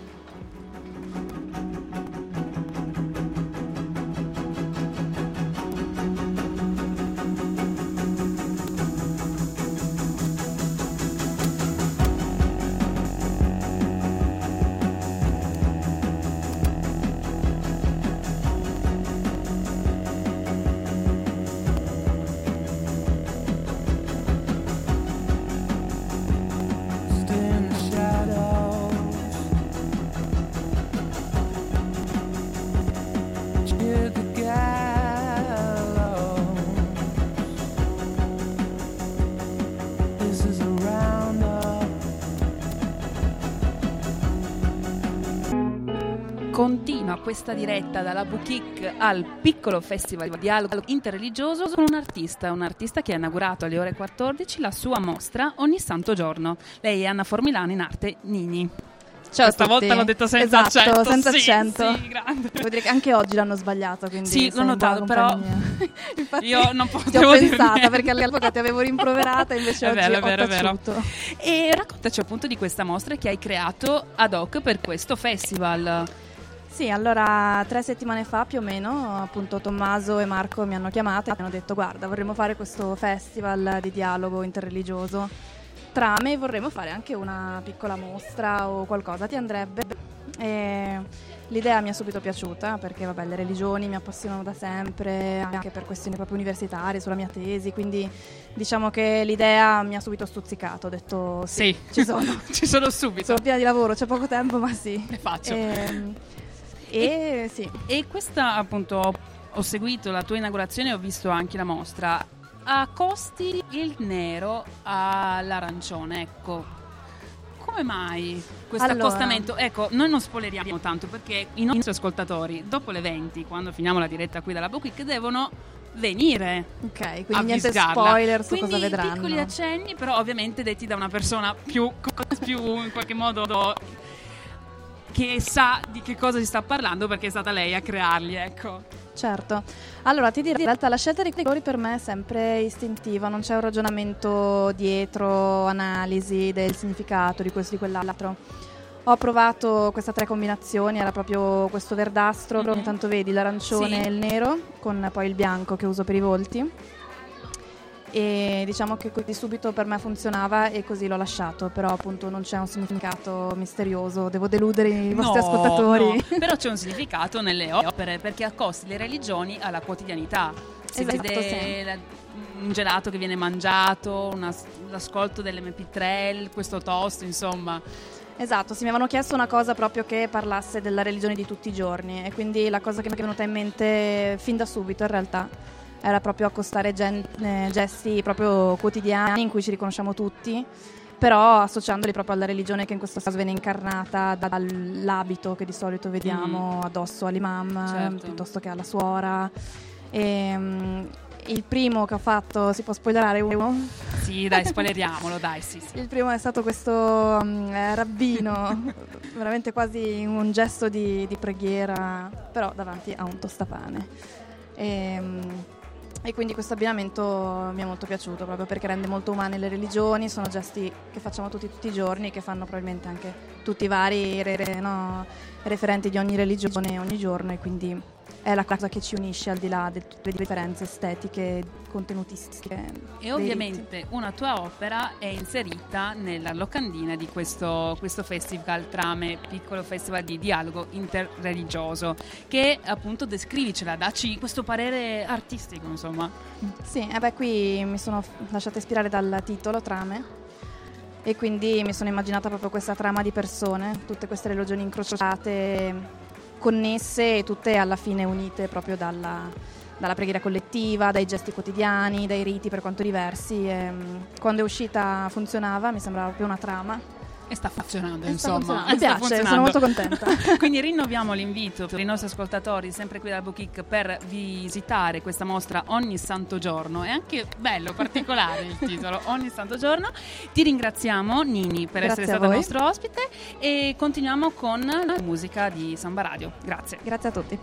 Continua questa diretta dalla Bouquic al piccolo festival di dialogo interreligioso con un artista che ha inaugurato alle ore 14 la sua mostra Ogni Santo Giorno. Lei è Anna Formilano, in arte Nini. Ciao, stavolta l'ho detto senza accento. Senza sì, accento. Sì, grande. Devo dire che anche oggi l'hanno sbagliato, quindi sì, l'ho notato, però infatti io non potevo ti ho dire pensata niente. Perché all'epoca ti avevo rimproverata, invece oggi ho taciuto. E raccontaci appunto di questa mostra che hai creato ad hoc per questo festival. Sì, allora 3 settimane fa più o meno, appunto Tommaso e Marco mi hanno chiamato e mi hanno detto: guarda, vorremmo fare questo festival di dialogo interreligioso, trame, vorremmo fare anche una piccola mostra o qualcosa, ti andrebbe? E l'idea mi è subito piaciuta, perché vabbè, le religioni mi appassionano da sempre, anche per questioni proprio universitarie, sulla mia tesi, quindi diciamo che l'idea mi ha subito stuzzicato. Ho detto sì. Ci sono subito. Sono piena di lavoro, c'è poco tempo, ma sì. Le faccio. Sì. E questa appunto, ho seguito la tua inaugurazione e ho visto anche la mostra. Accosti il nero all'arancione, ecco. Come mai questo accostamento? Ecco, noi non spoileriamo tanto, perché i nostri ascoltatori dopo le 20, quando finiamo la diretta qui dalla Bouquic, devono venire. Ok, quindi niente spoiler su cosa vedranno. Quindi piccoli accenni, però ovviamente detti da una persona più in qualche modo che sa di che cosa si sta parlando, perché è stata lei a crearli, ecco. Certo. Allora, ti dirò, in realtà la scelta dei colori per me è sempre istintiva, non c'è un ragionamento dietro, analisi del significato di questo, di quell'altro. Ho provato queste 3 combinazioni, era proprio questo verdastro, ogni tanto vedi l'arancione e il nero, con poi il bianco che uso per i volti. E diciamo che così subito per me funzionava e così l'ho lasciato, però appunto non c'è un significato misterioso, devo deludere i vostri ascoltatori. No, però c'è un significato nelle opere, perché accosti le religioni alla quotidianità. Si vede un gelato che viene mangiato, l'ascolto dell'MP3, questo toast, insomma. Esatto, sì, mi avevano chiesto una cosa proprio che parlasse della religione di tutti i giorni, e quindi la cosa che mi è venuta in mente fin da subito in realtà era proprio accostare gesti proprio quotidiani in cui ci riconosciamo tutti, però associandoli proprio alla religione che in questo caso viene incarnata dall'abito che di solito vediamo addosso all'imam, piuttosto che alla suora. Il primo che ho fatto, si può spoilerare uno? Sì, dai, spoileriamolo, dai, sì. Il primo è stato questo rabbino, veramente quasi un gesto di preghiera, però davanti a un tostapane. E quindi questo abbinamento mi è molto piaciuto, proprio perché rende molto umane le religioni, sono gesti che facciamo tutti i giorni, che fanno probabilmente anche tutti i vari referenti di ogni religione ogni giorno, e quindi è la cosa che ci unisce al di là di tutte le differenze estetiche, contenutistiche. E ovviamente una tua opera è inserita nella locandina di questo festival Trame, piccolo festival di dialogo interreligioso, che appunto descrivicela, dacci questo parere artistico, insomma. Sì, qui mi sono lasciata ispirare dal titolo Trame, e quindi mi sono immaginata proprio questa trama di persone, tutte queste religioni incrociate, connesse e tutte alla fine unite proprio dalla preghiera collettiva, dai gesti quotidiani, dai riti per quanto diversi. E quando è uscita funzionava, mi sembrava proprio una trama. E sta funzionando, insomma. Mi piace, sono molto contenta. Quindi rinnoviamo l'invito per i nostri ascoltatori, sempre qui dal Bookkick, per visitare questa mostra ogni santo giorno. È anche bello, particolare il titolo, ogni santo giorno. Ti ringraziamo, Nini, per essere stata nostro ospite, e continuiamo con la musica di Samba Radio. Grazie. Grazie a tutti.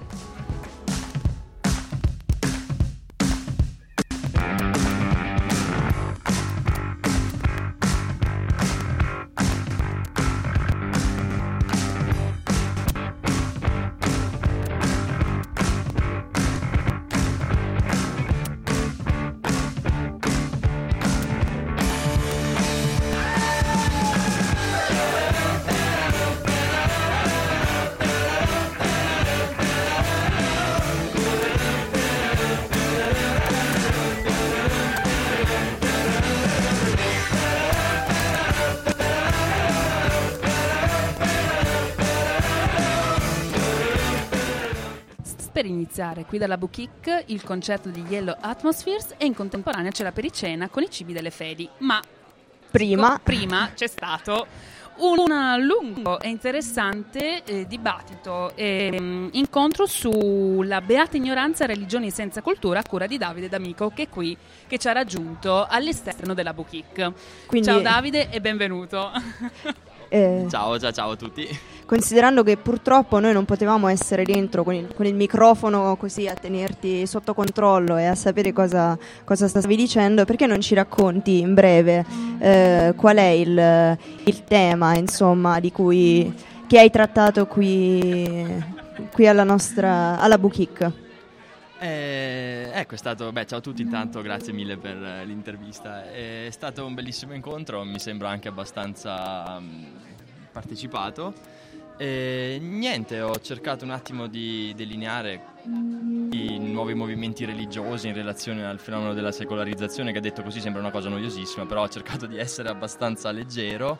Per iniziare qui dalla Bookkick il concerto di Yellow Atmospheres, e in contemporanea c'è la pericena con i cibi delle fedi. Ma prima c'è stato un lungo e interessante dibattito e incontro sulla beata ignoranza e religioni senza cultura, a cura di Davide D'Amico, che è qui, che ci ha raggiunto all'esterno della Bookkick. Quindi... Ciao Davide e benvenuto. Ciao a tutti. Considerando che purtroppo noi non potevamo essere dentro con il microfono così a tenerti sotto controllo e a sapere cosa stavi dicendo, perché non ci racconti in breve qual è il tema, insomma, che hai trattato qui alla Bookkick? Ecco, è stato, ciao a tutti intanto, grazie mille per l'intervista. È stato un bellissimo incontro, mi sembra anche abbastanza partecipato. Niente, ho cercato un attimo di delineare i nuovi movimenti religiosi in relazione al fenomeno della secolarizzazione, che detto così sembra una cosa noiosissima, però ho cercato di essere abbastanza leggero.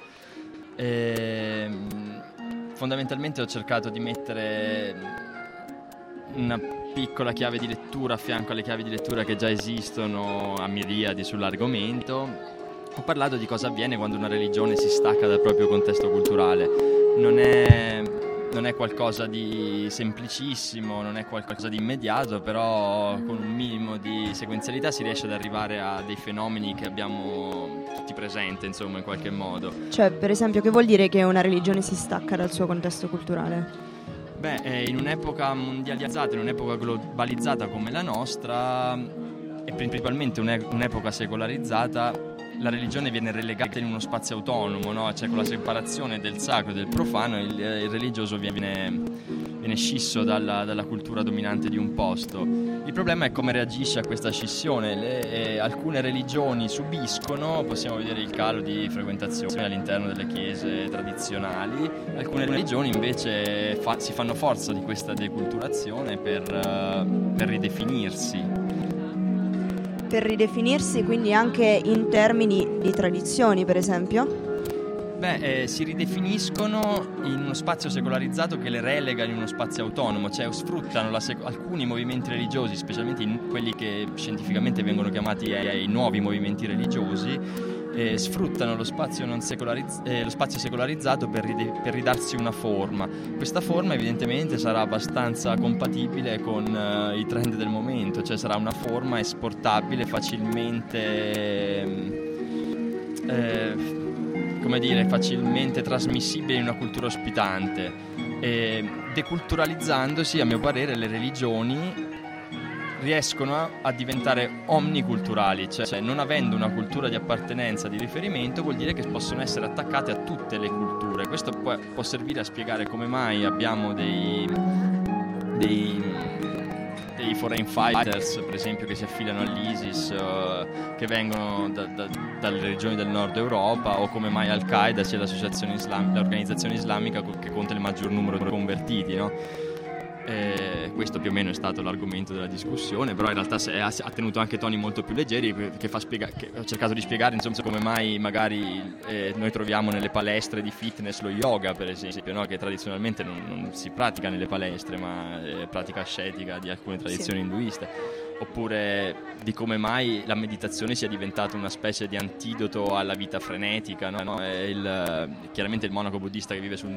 Fondamentalmente ho cercato di mettere una piccola chiave di lettura a fianco alle chiavi di lettura che già esistono a miriadi sull'argomento. Ho parlato di cosa avviene quando una religione si stacca dal proprio contesto culturale. Non è qualcosa di semplicissimo, non è qualcosa di immediato, però con un minimo di sequenzialità si riesce ad arrivare a dei fenomeni che abbiamo tutti presenti, insomma, in qualche modo. Cioè, per esempio, che vuol dire che una religione si stacca dal suo contesto culturale? In un'epoca mondializzata, in un'epoca globalizzata come la nostra, e principalmente un'epoca secolarizzata, la religione viene relegata in uno spazio autonomo, no? Cioè, con la separazione del sacro e del profano, il religioso viene scisso dalla cultura dominante di un posto. Il problema è come reagisce a questa scissione. Alcune religioni subiscono, possiamo vedere il calo di frequentazione all'interno delle chiese tradizionali, alcune religioni invece si fanno forza di questa deculturazione per ridefinirsi. Per ridefinirsi, quindi anche in termini di tradizioni, per esempio? Si ridefiniscono in uno spazio secolarizzato che le relega in uno spazio autonomo, cioè sfruttano alcuni movimenti religiosi, specialmente quelli che scientificamente vengono chiamati i nuovi movimenti religiosi, sfruttano lo spazio secolarizzato per ridarsi una forma. Questa forma evidentemente sarà abbastanza compatibile con i trend del momento, cioè sarà una forma esportabile, facilmente facilmente trasmissibile in una cultura ospitante. Deculturalizzandosi, a mio parere, le religioni riescono a diventare omniculturali, cioè non avendo una cultura di appartenenza, di riferimento, vuol dire che possono essere attaccate a tutte le culture. Questo può servire a spiegare come mai abbiamo dei foreign fighters, per esempio, che si affiliano all'ISIS, che vengono dalle regioni del nord Europa, o come mai Al-Qaeda sia l'organizzazione islamica che conta il maggior numero di convertiti, no? Questo più o meno è stato l'argomento della discussione, però in realtà ha tenuto anche toni molto più leggeri, che ho cercato di spiegare, insomma, come mai magari noi troviamo nelle palestre di fitness lo yoga, per esempio, no? Che tradizionalmente non si pratica nelle palestre, ma è pratica ascetica di alcune tradizioni induiste. Oppure di come mai la meditazione sia diventata una specie di antidoto alla vita frenetica, no? Chiaramente il monaco buddista che vive su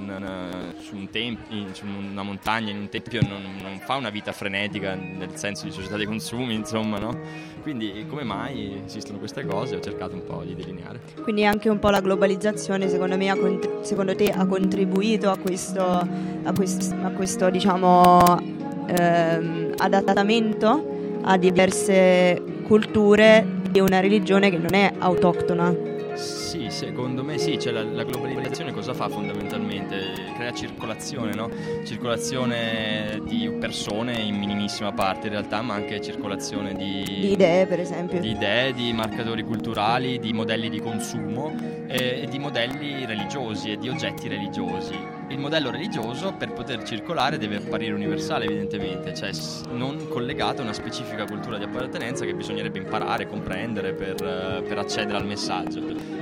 una montagna, in un tempio, non fa una vita frenetica nel senso di società dei consumi, insomma, no? Quindi come mai esistono queste cose? Ho cercato un po' di delineare. Quindi anche un po' la globalizzazione, secondo me, secondo te ha contribuito a questo diciamo adattamento a diverse culture di una religione che non è autoctona. Sì, secondo me sì, cioè la globalizzazione cosa fa fondamentalmente? Crea circolazione, no? Circolazione di persone in minimissima parte in realtà, ma anche circolazione di idee, per esempio. Di idee, di marcatori culturali, di modelli di consumo e di modelli religiosi e di oggetti religiosi. Il modello religioso, per poter circolare, deve apparire universale, evidentemente, cioè non collegato a una specifica cultura di appartenenza che bisognerebbe imparare, comprendere per accedere al messaggio.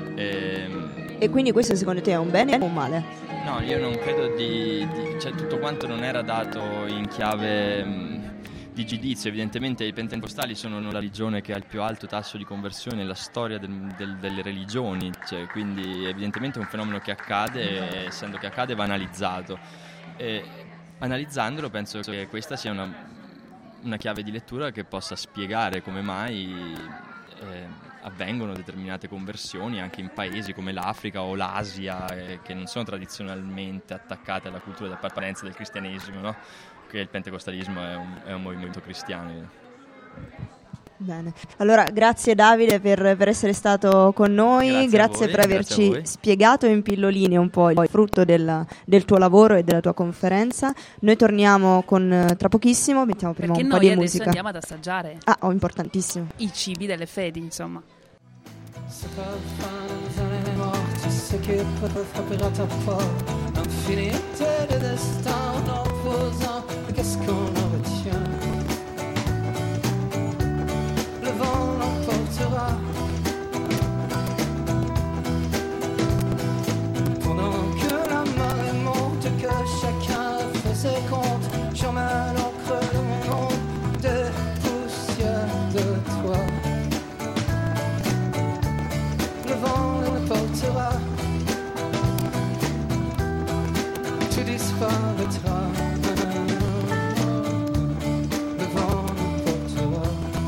E quindi questo secondo te è un bene o un male? No, io non credo cioè tutto quanto non era dato in chiave di giudizio. Evidentemente i pentecostali sono la religione che ha il più alto tasso di conversione nella storia delle religioni, cioè, quindi evidentemente è un fenomeno che accade, e essendo che accade va analizzato. Analizzandolo penso che questa sia una chiave di lettura che possa spiegare come mai avvengono determinate conversioni anche in paesi come l'Africa o l'Asia, che non sono tradizionalmente attaccate alla cultura di appartenenza del cristianesimo, no? Che il pentecostalismo è un movimento cristiano. Bene, allora grazie Davide per essere stato con noi, grazie per averci spiegato in pilloline un po' il frutto del tuo lavoro e della tua conferenza. Noi torniamo tra pochissimo, mettiamo prima perché un po' di musica. Perché noi adesso andiamo ad assaggiare importantissimo, i cibi delle fedi, insomma. C'est pas la fin des années mortes, tu sais qu'il peut frapper à ta porte. L'infinité des destins en opposant, mais qu'est-ce qu'on en retient? Le vent l'emportera. Pendant que la marée monte, que chacun fait ses comptes, j'en mets à l'encre de mon nom, des poussières de toi. Le vent l'emportera, tu disparaîtras. Le vent l'emportera.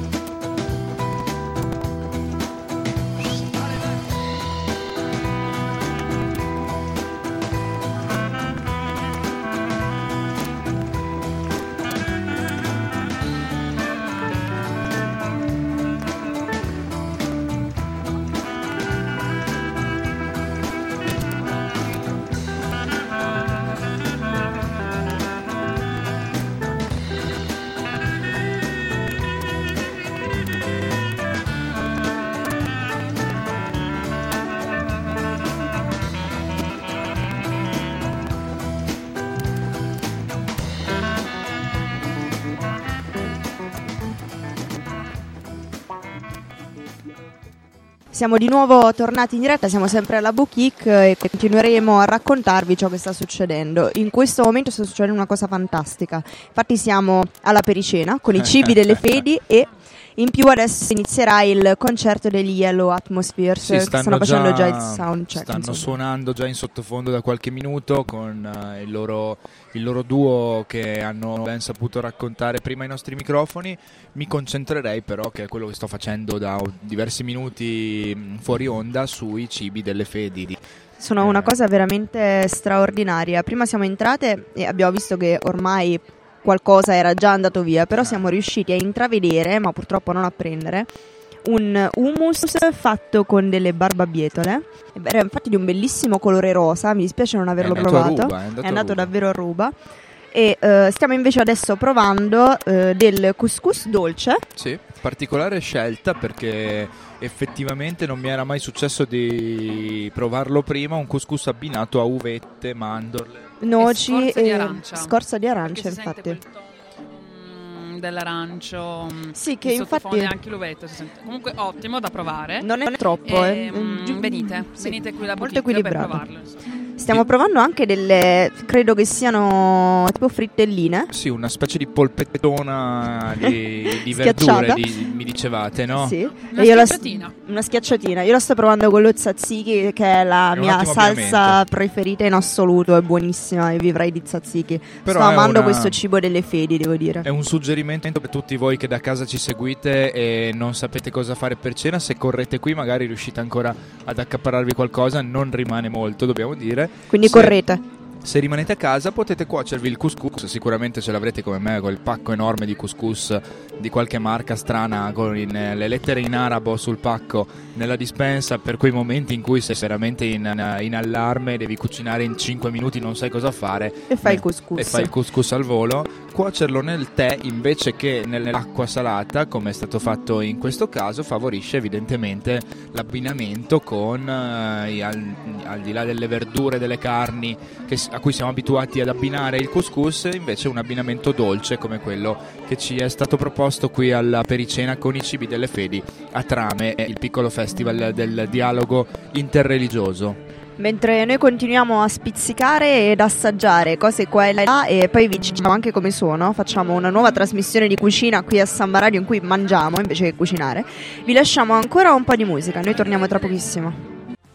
Siamo di nuovo tornati in diretta, siamo sempre alla Bouquic e continueremo a raccontarvi ciò che sta succedendo. In questo momento sta succedendo una cosa fantastica. Infatti siamo alla pericena con i cibi delle fedi e In più adesso inizierà il concerto degli Yellow Atmospheres, che stanno facendo già il soundcheck. Stanno suonando già in sottofondo da qualche minuto con il loro duo che hanno ben saputo raccontare prima ai nostri microfoni. Mi concentrerei però, che è quello che sto facendo da diversi minuti fuori onda, sui cibi delle Fedi. Sono una cosa veramente straordinaria. Prima siamo entrate e abbiamo visto che ormai qualcosa era già andato via, però siamo riusciti a intravedere, ma purtroppo non a prendere, un hummus fatto con delle barbabietole. Era infatti di un bellissimo colore rosa, mi dispiace non averlo provato. È andato davvero a ruba. E stiamo invece adesso provando del couscous dolce. Sì, particolare scelta, perché effettivamente non mi era mai successo di provarlo prima, un couscous abbinato a uvette, mandorle, noci e scorza di arancia, infatti. Dell'arancio, sì, che infatti anche l'uvetto si sente. Comunque ottimo da provare, non è troppo. Venite qui da Boutique per provarlo. Stiamo provando anche delle, credo che siano tipo frittelline. Sì, una specie di polpettona di verdure, mi dicevate, no? Sì. Una schiacciatina. Io la sto provando con lo tzatziki, che è la mia salsa preferita in assoluto, è buonissima e vivrei di tzatziki. Però sto amando questo cibo delle Fedi, devo dire. È un suggerimento per tutti voi che da casa ci seguite e non sapete cosa fare per cena. Se correte qui magari riuscite ancora ad accaparrarvi qualcosa, non rimane molto, dobbiamo dire. Quindi correte. Se rimanete a casa potete cuocervi il couscous, sicuramente ce l'avrete come me, quel pacco enorme di couscous di qualche marca strana con le lettere in arabo sul pacco nella dispensa, per quei momenti in cui sei veramente in allarme, devi cucinare in 5 minuti, non sai cosa fare e fai il couscous. E fai il couscous al volo. Cuocerlo nel tè invece che nell'acqua salata, come è stato fatto in questo caso, favorisce evidentemente l'abbinamento con al di là delle verdure, delle carni a cui siamo abituati ad abbinare il couscous, invece un abbinamento dolce come quello che ci è stato proposto qui alla Pericena con i cibi delle Fedi a Trame, il piccolo festival del dialogo interreligioso. Mentre noi continuiamo a spizzicare ed assaggiare cose qua e là, e poi vi diciamo anche come sono, facciamo una nuova trasmissione di cucina qui a Samba Radio in cui mangiamo invece che cucinare, vi lasciamo ancora un po' di musica, noi torniamo tra pochissimo.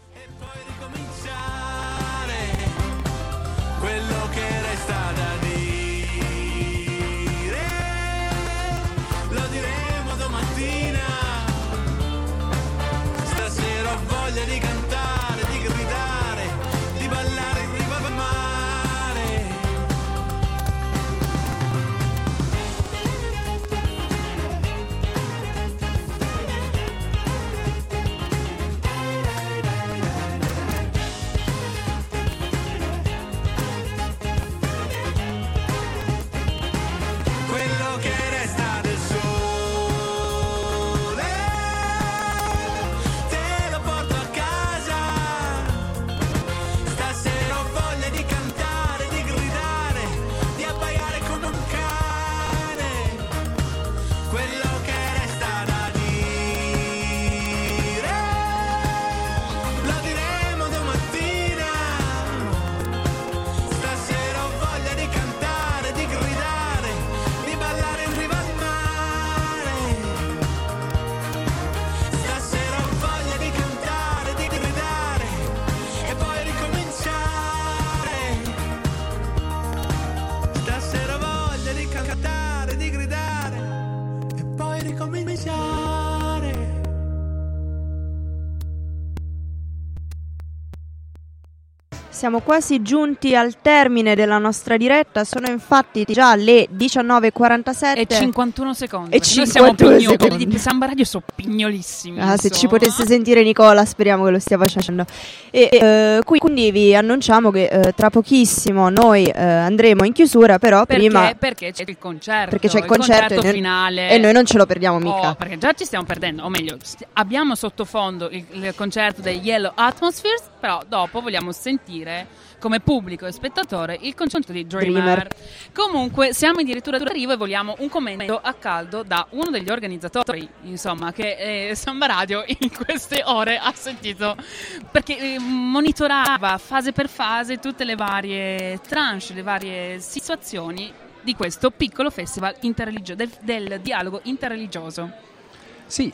Siamo quasi giunti al termine della nostra diretta, sono infatti già le 19:47 e 51 secondi. E 51 secondi. Di Samba Radio sono pignolissimi. Se ci potesse sentire Nicola, speriamo che lo stia facendo. E quindi vi annunciamo che tra pochissimo noi andremo in chiusura, però prima perché c'è il concerto. Perché c'è il concerto finale. E noi non ce lo perdiamo mica. Perché già ci stiamo perdendo, o meglio, abbiamo sottofondo il concerto dei Yellow Atmospheres, però dopo vogliamo sentire come pubblico e spettatore il concerto di Dreamer. Comunque siamo addirittura d'arrivo e vogliamo un commento a caldo da uno degli organizzatori, insomma, che Samba Radio in queste ore ha sentito, perché monitorava fase per fase tutte le varie tranche, le varie situazioni di questo piccolo festival interreligioso, del dialogo interreligioso. Sì,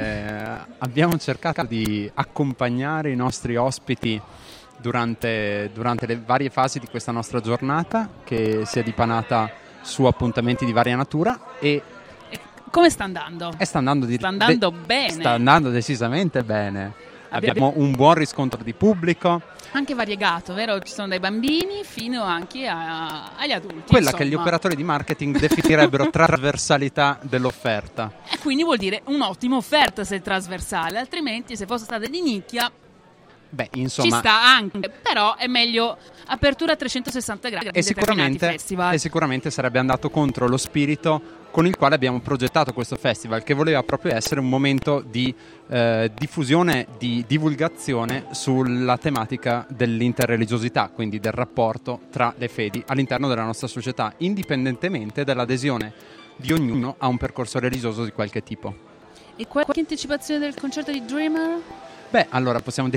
abbiamo cercato di accompagnare i nostri ospiti durante le varie fasi di questa nostra giornata, che si è dipanata su appuntamenti di varia natura. E come sta andando? Sta andando bene. Sta andando decisamente bene. Abbiamo un buon riscontro di pubblico. Anche variegato, vero? Ci sono dai bambini fino anche agli adulti. Quella che gli operatori di marketing definirebbero trasversalità dell'offerta. E quindi vuol dire un'ottima offerta se è trasversale, altrimenti se fosse stata di nicchia insomma, ci sta anche, però è meglio apertura a 360 gradi e sicuramente sarebbe andato contro lo spirito con il quale abbiamo progettato questo festival, che voleva proprio essere un momento di diffusione, di divulgazione sulla tematica dell'interreligiosità, quindi del rapporto tra le fedi all'interno della nostra società, indipendentemente dall'adesione di ognuno a un percorso religioso di qualche tipo. E qualche anticipazione del concerto di Dreamer? Allora possiamo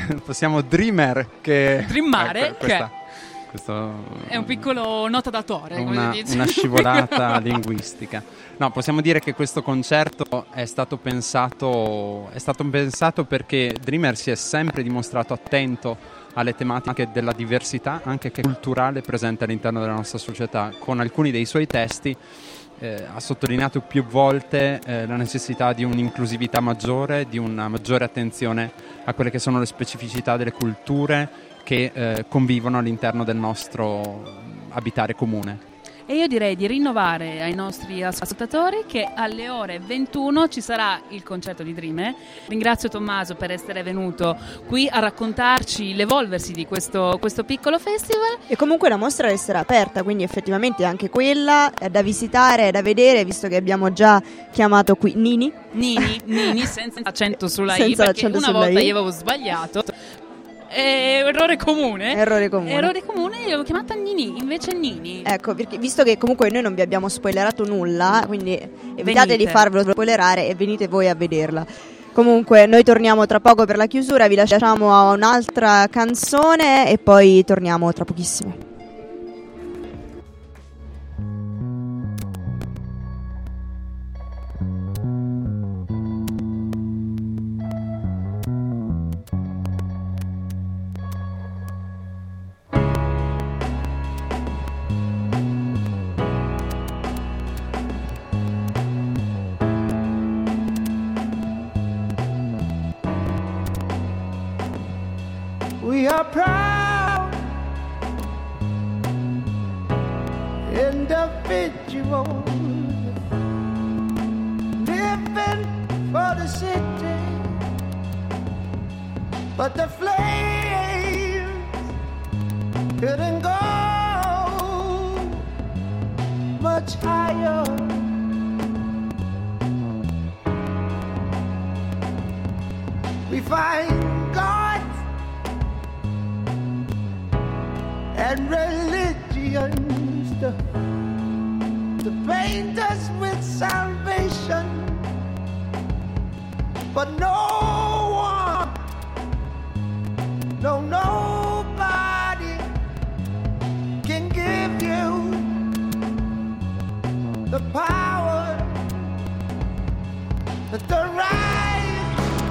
dreamer che... Dreamare, questo è un piccolo nota d'autore, una scivolata linguistica. No, possiamo dire che questo concerto è stato pensato perché Dreamer si è sempre dimostrato attento alle tematiche della diversità, anche culturale, presente all'interno della nostra società. Con alcuni dei suoi testi ha sottolineato più volte la necessità di un'inclusività maggiore, di una maggiore attenzione a quelle che sono le specificità delle culture che convivono all'interno del nostro abitare comune. E io direi di rinnovare ai nostri ascoltatori che alle ore 21 ci sarà il concerto di Dreamer. Ringrazio Tommaso per essere venuto qui a raccontarci l'evolversi di questo piccolo festival. E comunque la mostra resterà aperta, quindi effettivamente anche quella è da visitare, è da vedere, visto che abbiamo già chiamato qui Nini senza accento sulla I, perché una volta io avevo sbagliato. Errore comune, io l'avevo chiamata Nini, invece Nini. Ecco, perché visto che comunque noi non vi abbiamo spoilerato nulla, quindi evitate di farvelo spoilerare e venite voi a vederla. Comunque noi torniamo tra poco per la chiusura, vi lasciamo a un'altra canzone e poi torniamo tra pochissimo. We are proud individuals living for the city, but the flames couldn't go much higher. We find God and religions to paint us with salvation, but nobody can give you the power, the right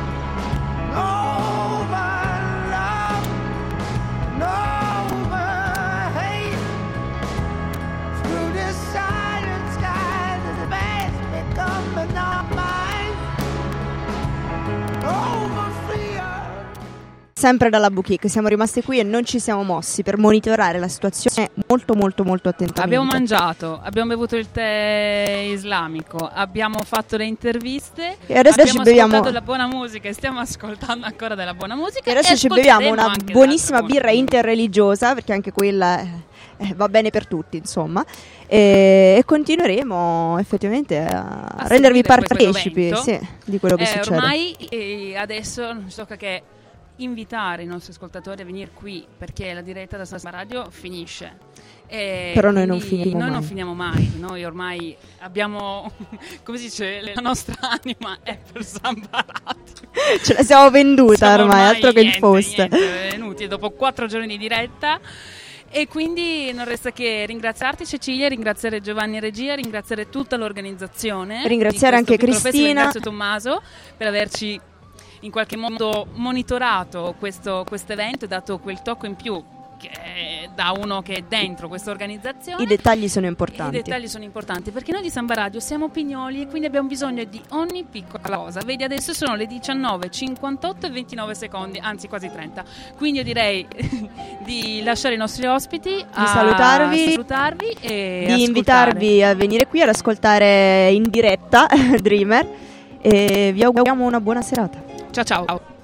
over love, over hate. Through this silent sky, the vast becoming our minds. Over fear. Sempre dalla Boutique siamo rimasti qui e non ci siamo mossi per monitorare la situazione molto attentamente. Abbiamo mangiato, abbiamo bevuto il tè islamico, abbiamo fatto le interviste e adesso abbiamo ci beviamo ascoltato la buona musica e stiamo ascoltando ancora della buona musica e adesso ci beviamo una buonissima birra interreligiosa, perché anche quella va bene per tutti, insomma, e continueremo effettivamente a rendervi partecipi di quello che succede. Ormai adesso non ci tocca che invitare i nostri ascoltatori a venire qui, perché la diretta da Samba Radio finisce. Però noi non finiamo mai. Noi ormai abbiamo, come si dice, la nostra anima è per Samba Radio. Ce la siamo venduta ormai, altro che il post. Venuti dopo 4 giorni di diretta. E quindi non resta che ringraziarti, Cecilia, ringraziare Giovanni in regia, ringraziare tutta l'organizzazione, ringraziare anche Cristina, ringrazio Tommaso per averci in qualche modo monitorato questo evento e dato quel tocco in più da uno che è dentro questa organizzazione. I dettagli sono importanti. I dettagli sono importanti perché noi di Samba Radio siamo pignoli e quindi abbiamo bisogno di ogni piccola cosa. Vedi, adesso sono le 19:58 e 29 secondi, anzi quasi 30. Quindi io direi di lasciare i nostri ospiti, di salutarvi e di invitarvi a venire qui ad ascoltare in diretta Dreamer, e vi auguriamo una buona serata. Ciao ciao.